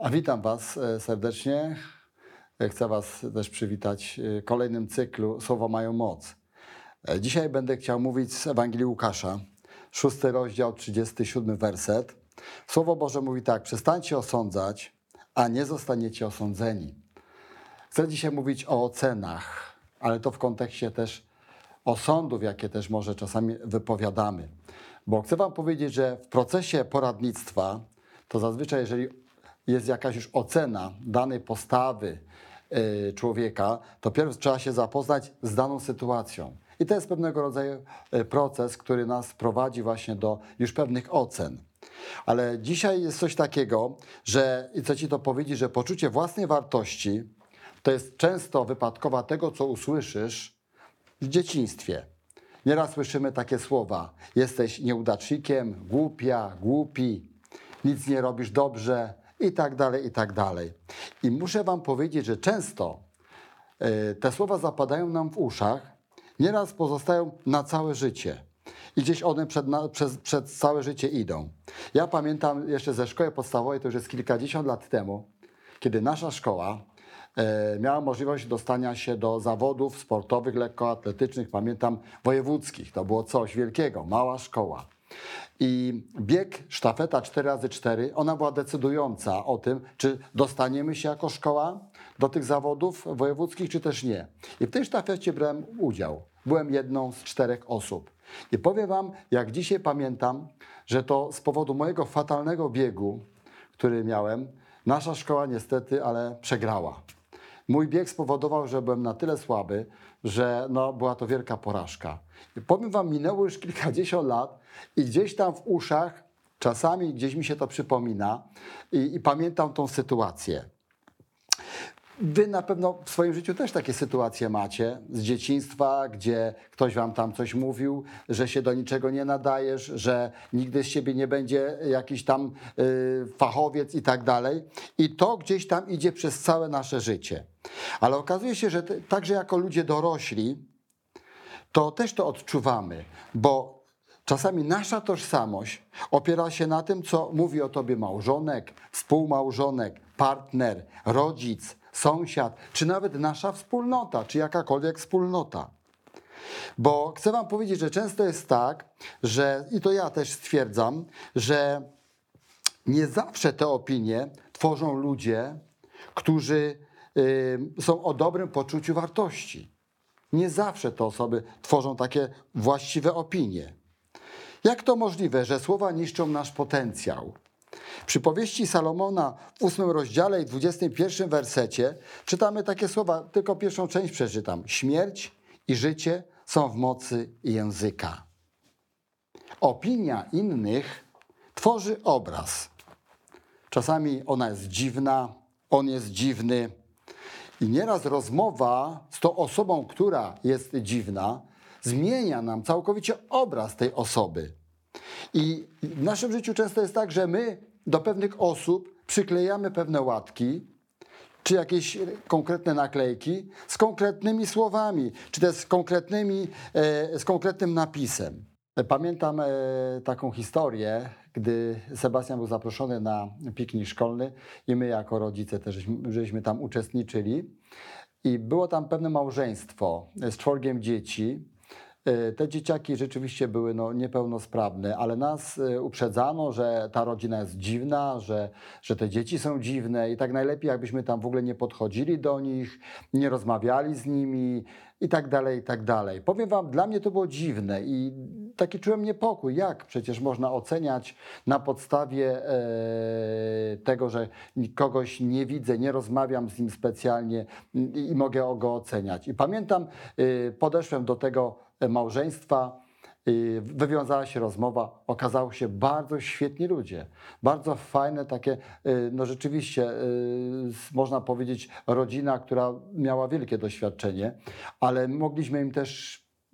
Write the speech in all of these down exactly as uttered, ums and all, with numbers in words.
A witam Was e, serdecznie. E, Chcę Was też przywitać w kolejnym cyklu Słowa mają moc. E, Dzisiaj będę chciał mówić z Ewangelii Łukasza, szósty rozdział, trzydziesty siódmy werset. Słowo Boże mówi tak: przestańcie osądzać, a nie zostaniecie osądzeni. Chcę dzisiaj mówić o ocenach, ale to w kontekście też osądów, jakie też może czasami wypowiadamy. Bo chcę Wam powiedzieć, że w procesie poradnictwa to zazwyczaj, jeżeli jest jakaś już ocena danej postawy y, człowieka, to pierw trzeba się zapoznać z daną sytuacją. I to jest pewnego rodzaju y, proces, który nas prowadzi właśnie do już pewnych ocen. Ale dzisiaj jest coś takiego, że i chcę Ci to powiedzieć, że poczucie własnej wartości to jest często wypadkowa tego, co usłyszysz w dzieciństwie. Nieraz słyszymy takie słowa: jesteś nieudacznikiem, głupia, głupi, nic nie robisz dobrze i tak dalej, i tak dalej. I muszę Wam powiedzieć, że często y, te słowa zapadają nam w uszach, nieraz pozostają na całe życie. I gdzieś one przed, na, przez, przez całe życie idą. Ja pamiętam jeszcze ze szkoły podstawowej, to już jest kilkadziesiąt lat temu, kiedy nasza szkoła e, miała możliwość dostania się do zawodów sportowych, lekkoatletycznych, pamiętam, wojewódzkich. To było coś wielkiego, mała szkoła. I bieg, sztafeta cztery razy cztery, ona była decydująca o tym, czy dostaniemy się jako szkoła do tych zawodów wojewódzkich, czy też nie. I w tej sztafecie brałem udział. Byłem jedną z czterech osób. I powiem Wam, jak dzisiaj pamiętam, że to z powodu mojego fatalnego biegu, który miałem, nasza szkoła niestety, ale przegrała. Mój bieg spowodował, że byłem na tyle słaby, że no, była to wielka porażka. I powiem Wam, minęło już kilkadziesiąt lat i gdzieś tam w uszach, czasami gdzieś mi się to przypomina i, i pamiętam tą sytuację. Wy na pewno w swoim życiu też takie sytuacje macie z dzieciństwa, gdzie ktoś wam tam coś mówił, że się do niczego nie nadajesz, że nigdy z siebie nie będzie jakiś tam y, fachowiec i tak dalej. I to gdzieś tam idzie przez całe nasze życie. Ale okazuje się, że te, także jako ludzie dorośli, to też to odczuwamy, bo czasami nasza tożsamość opiera się na tym, co mówi o tobie małżonek, współmałżonek, partner, rodzic, sąsiad, czy nawet nasza wspólnota, czy jakakolwiek wspólnota. Bo chcę wam powiedzieć, że często jest tak, że, i to ja też stwierdzam, że nie zawsze te opinie tworzą ludzie, którzy y, są o dobrym poczuciu wartości. Nie zawsze te osoby tworzą takie właściwe opinie. Jak to możliwe, że słowa niszczą nasz potencjał? W przypowieści Salomona w ósmym rozdziale i dwudziestym pierwszym wersecie czytamy takie słowa, tylko pierwszą część przeczytam. Śmierć i życie są w mocy języka. Opinia innych tworzy obraz. Czasami ona jest dziwna, on jest dziwny. I nieraz rozmowa z tą osobą, która jest dziwna, zmienia nam całkowicie obraz tej osoby. I w naszym życiu często jest tak, że my do pewnych osób przyklejamy pewne łatki, czy jakieś konkretne naklejki z konkretnymi słowami, czy też z, konkretnymi, e, z konkretnym napisem. Pamiętam e, taką historię, gdy Sebastian był zaproszony na piknik szkolny i my jako rodzice też żeśmy, żeśmy tam uczestniczyli. I było tam pewne małżeństwo z czworgiem dzieci. Te dzieciaki rzeczywiście były no, niepełnosprawne, ale nas uprzedzano, że ta rodzina jest dziwna, że, że te dzieci są dziwne i tak najlepiej, jakbyśmy tam w ogóle nie podchodzili do nich, nie rozmawiali z nimi i tak dalej, i tak dalej. Powiem wam, dla mnie to było dziwne i taki czułem niepokój. Jak przecież można oceniać na podstawie e, tego, że kogoś nie widzę, nie rozmawiam z nim specjalnie i, i mogę go oceniać. I pamiętam, e, podeszłem do tego małżeństwa, wywiązała się rozmowa, okazało się bardzo świetni ludzie, bardzo fajne takie, no rzeczywiście można powiedzieć rodzina, która miała wielkie doświadczenie, ale mogliśmy im też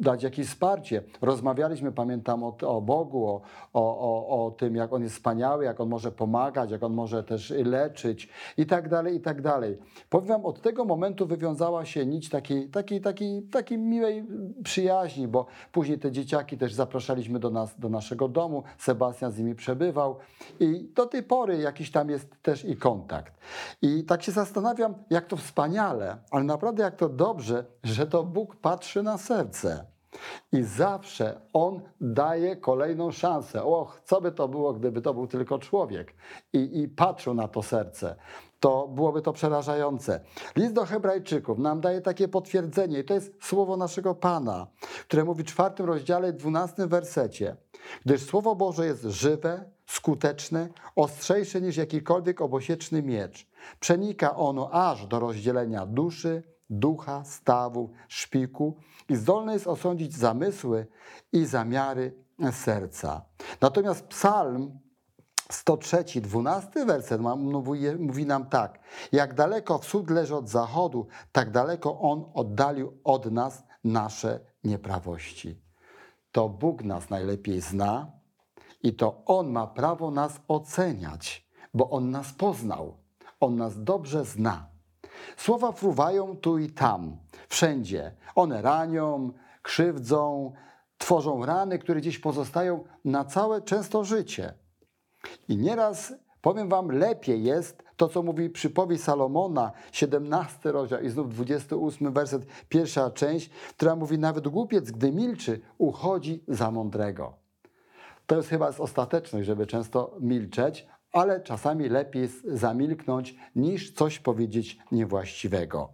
dać jakieś wsparcie. Rozmawialiśmy, pamiętam, o, o Bogu, o, o, o, o tym, jak On jest wspaniały, jak On może pomagać, jak On może też leczyć i tak dalej, i tak dalej. Powiem wam, od tego momentu wywiązała się nić takiej, takiej, takiej, takiej miłej przyjaźni, bo później te dzieciaki też zapraszaliśmy do nas, do naszego domu, Sebastian z nimi przebywał i do tej pory jakiś tam jest też i kontakt. I tak się zastanawiam, jak to wspaniale, ale naprawdę jak to dobrze, że to Bóg patrzy na serce. I zawsze On daje kolejną szansę. Och, co by to było, gdyby to był tylko człowiek i, i patrzył na to serce. To byłoby to przerażające. List do Hebrajczyków nam daje takie potwierdzenie i to jest słowo naszego Pana, które mówi w czwartym rozdziale, dwunastym wersecie. Gdyż Słowo Boże jest żywe, skuteczne, ostrzejsze niż jakikolwiek obosieczny miecz. Przenika ono aż do rozdzielenia duszy, ducha, stawu, szpiku i zdolny jest osądzić zamysły i zamiary serca. Natomiast Psalm sto trzy, dwunasty werset mówi, mówi nam tak. Jak daleko wschód leży od zachodu, tak daleko On oddalił od nas nasze nieprawości. To Bóg nas najlepiej zna i to On ma prawo nas oceniać, bo On nas poznał. On nas dobrze zna. Słowa fruwają tu i tam, wszędzie. One ranią, krzywdzą, tworzą rany, które gdzieś pozostają na całe często życie. I nieraz, powiem wam, lepiej jest to, co mówi przypowieść Salomona, siedemnasty rozdział i znów dwudziesty ósmy werset, pierwsza część, która mówi, nawet głupiec, gdy milczy, uchodzi za mądrego. To jest chyba ostateczność, żeby często milczeć, ale czasami lepiej jest zamilknąć, niż coś powiedzieć niewłaściwego.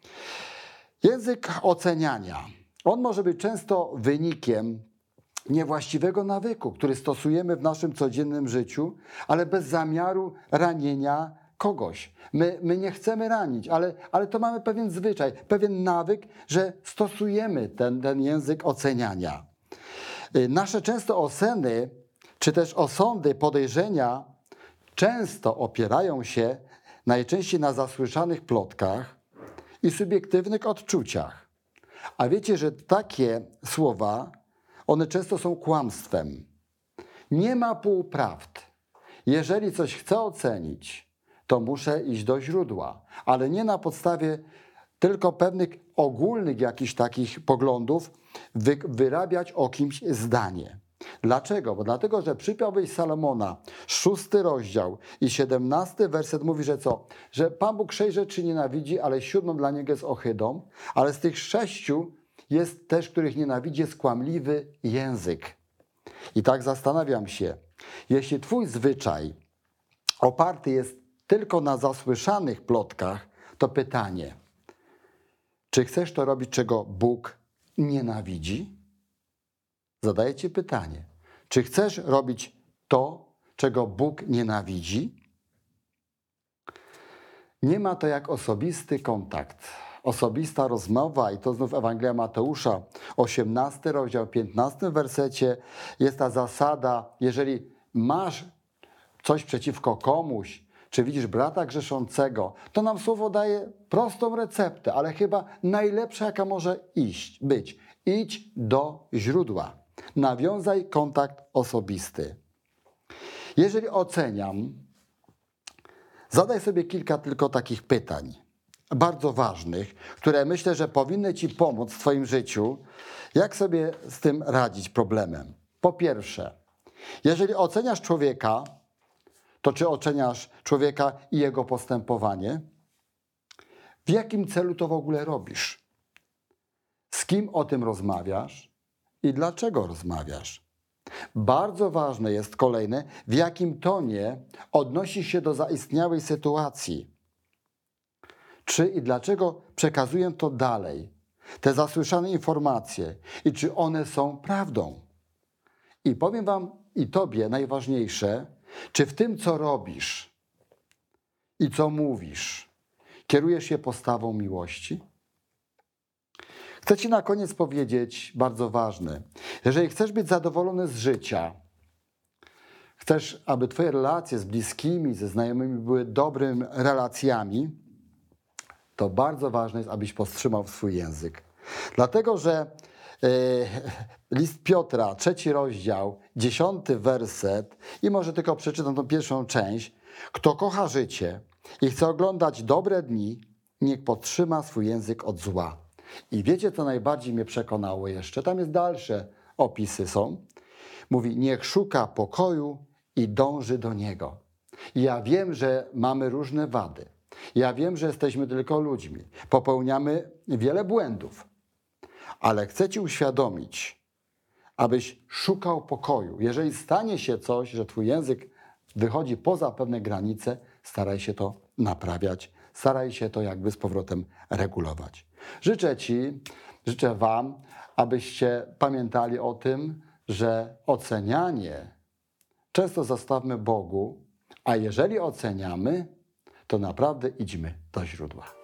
Język oceniania. On może być często wynikiem niewłaściwego nawyku, który stosujemy w naszym codziennym życiu, ale bez zamiaru ranienia kogoś. My, my nie chcemy ranić, ale, ale to mamy pewien zwyczaj, pewien nawyk, że stosujemy ten, ten język oceniania. Nasze często oceny, czy też osądy, podejrzenia często opierają się najczęściej na zasłyszanych plotkach i subiektywnych odczuciach. A wiecie, że takie słowa, one często są kłamstwem. Nie ma półprawd. Jeżeli coś chcę ocenić, to muszę iść do źródła, ale nie na podstawie tylko pewnych ogólnych jakichś takich poglądów wy, wyrabiać o kimś zdanie. Dlaczego? Bo dlatego, że przypowieść Salomona, szósty rozdział i siedemnasty werset mówi, że co? Że Pan Bóg sześć rzeczy nienawidzi, ale siódmą dla Niego jest ohydą, ale z tych sześciu jest też, których nienawidzi, jest kłamliwy język. I tak zastanawiam się, jeśli twój zwyczaj oparty jest tylko na zasłyszanych plotkach, to pytanie, czy chcesz to robić, czego Bóg nienawidzi? Zadaję ci pytanie, czy chcesz robić to, czego Bóg nienawidzi? Nie ma to jak osobisty kontakt, osobista rozmowa i to znów Ewangelia Mateusza, osiemnasty rozdział, piętnastym wersecie jest ta zasada, jeżeli masz coś przeciwko komuś, czy widzisz brata grzeszącego, to nam słowo daje prostą receptę, ale chyba najlepsza, jaka może iść, być. Idź do źródła. Nawiązaj kontakt osobisty. Jeżeli oceniam, zadaj sobie kilka tylko takich pytań, bardzo ważnych, które myślę, że powinny ci pomóc w twoim życiu, jak sobie z tym radzić problemem. Po pierwsze, jeżeli oceniasz człowieka, to czy oceniasz człowieka i jego postępowanie? W jakim celu to w ogóle robisz? Z kim o tym rozmawiasz i dlaczego rozmawiasz? Bardzo ważne jest kolejne, w jakim tonie odnosisz się do zaistniałej sytuacji. Czy i dlaczego przekazuję to dalej, te zasłyszane informacje i czy one są prawdą? I powiem wam i tobie najważniejsze, czy w tym, co robisz i co mówisz, kierujesz się postawą miłości? Chcę ci na koniec powiedzieć, bardzo ważne, jeżeli chcesz być zadowolony z życia, chcesz, aby twoje relacje z bliskimi, ze znajomymi były dobrymi relacjami, to bardzo ważne jest, abyś powstrzymał swój język. Dlatego, że List Piotra, trzeci rozdział, dziesiąty werset i może tylko przeczytam tą pierwszą część. Kto kocha życie i chce oglądać dobre dni, niech podtrzyma swój język od zła. I wiecie, co najbardziej mnie przekonało jeszcze? Tam jest dalsze opisy są. Mówi, niech szuka pokoju i dąży do niego. I ja wiem, że mamy różne wady. Ja wiem, że jesteśmy tylko ludźmi. Popełniamy wiele błędów. Ale chcę ci uświadomić, abyś szukał pokoju. Jeżeli stanie się coś, że twój język wychodzi poza pewne granice, staraj się to naprawiać. Staraj się to jakby z powrotem regulować. Życzę ci, życzę wam, abyście pamiętali o tym, że ocenianie często zostawmy Bogu, a jeżeli oceniamy, to naprawdę idźmy do źródła.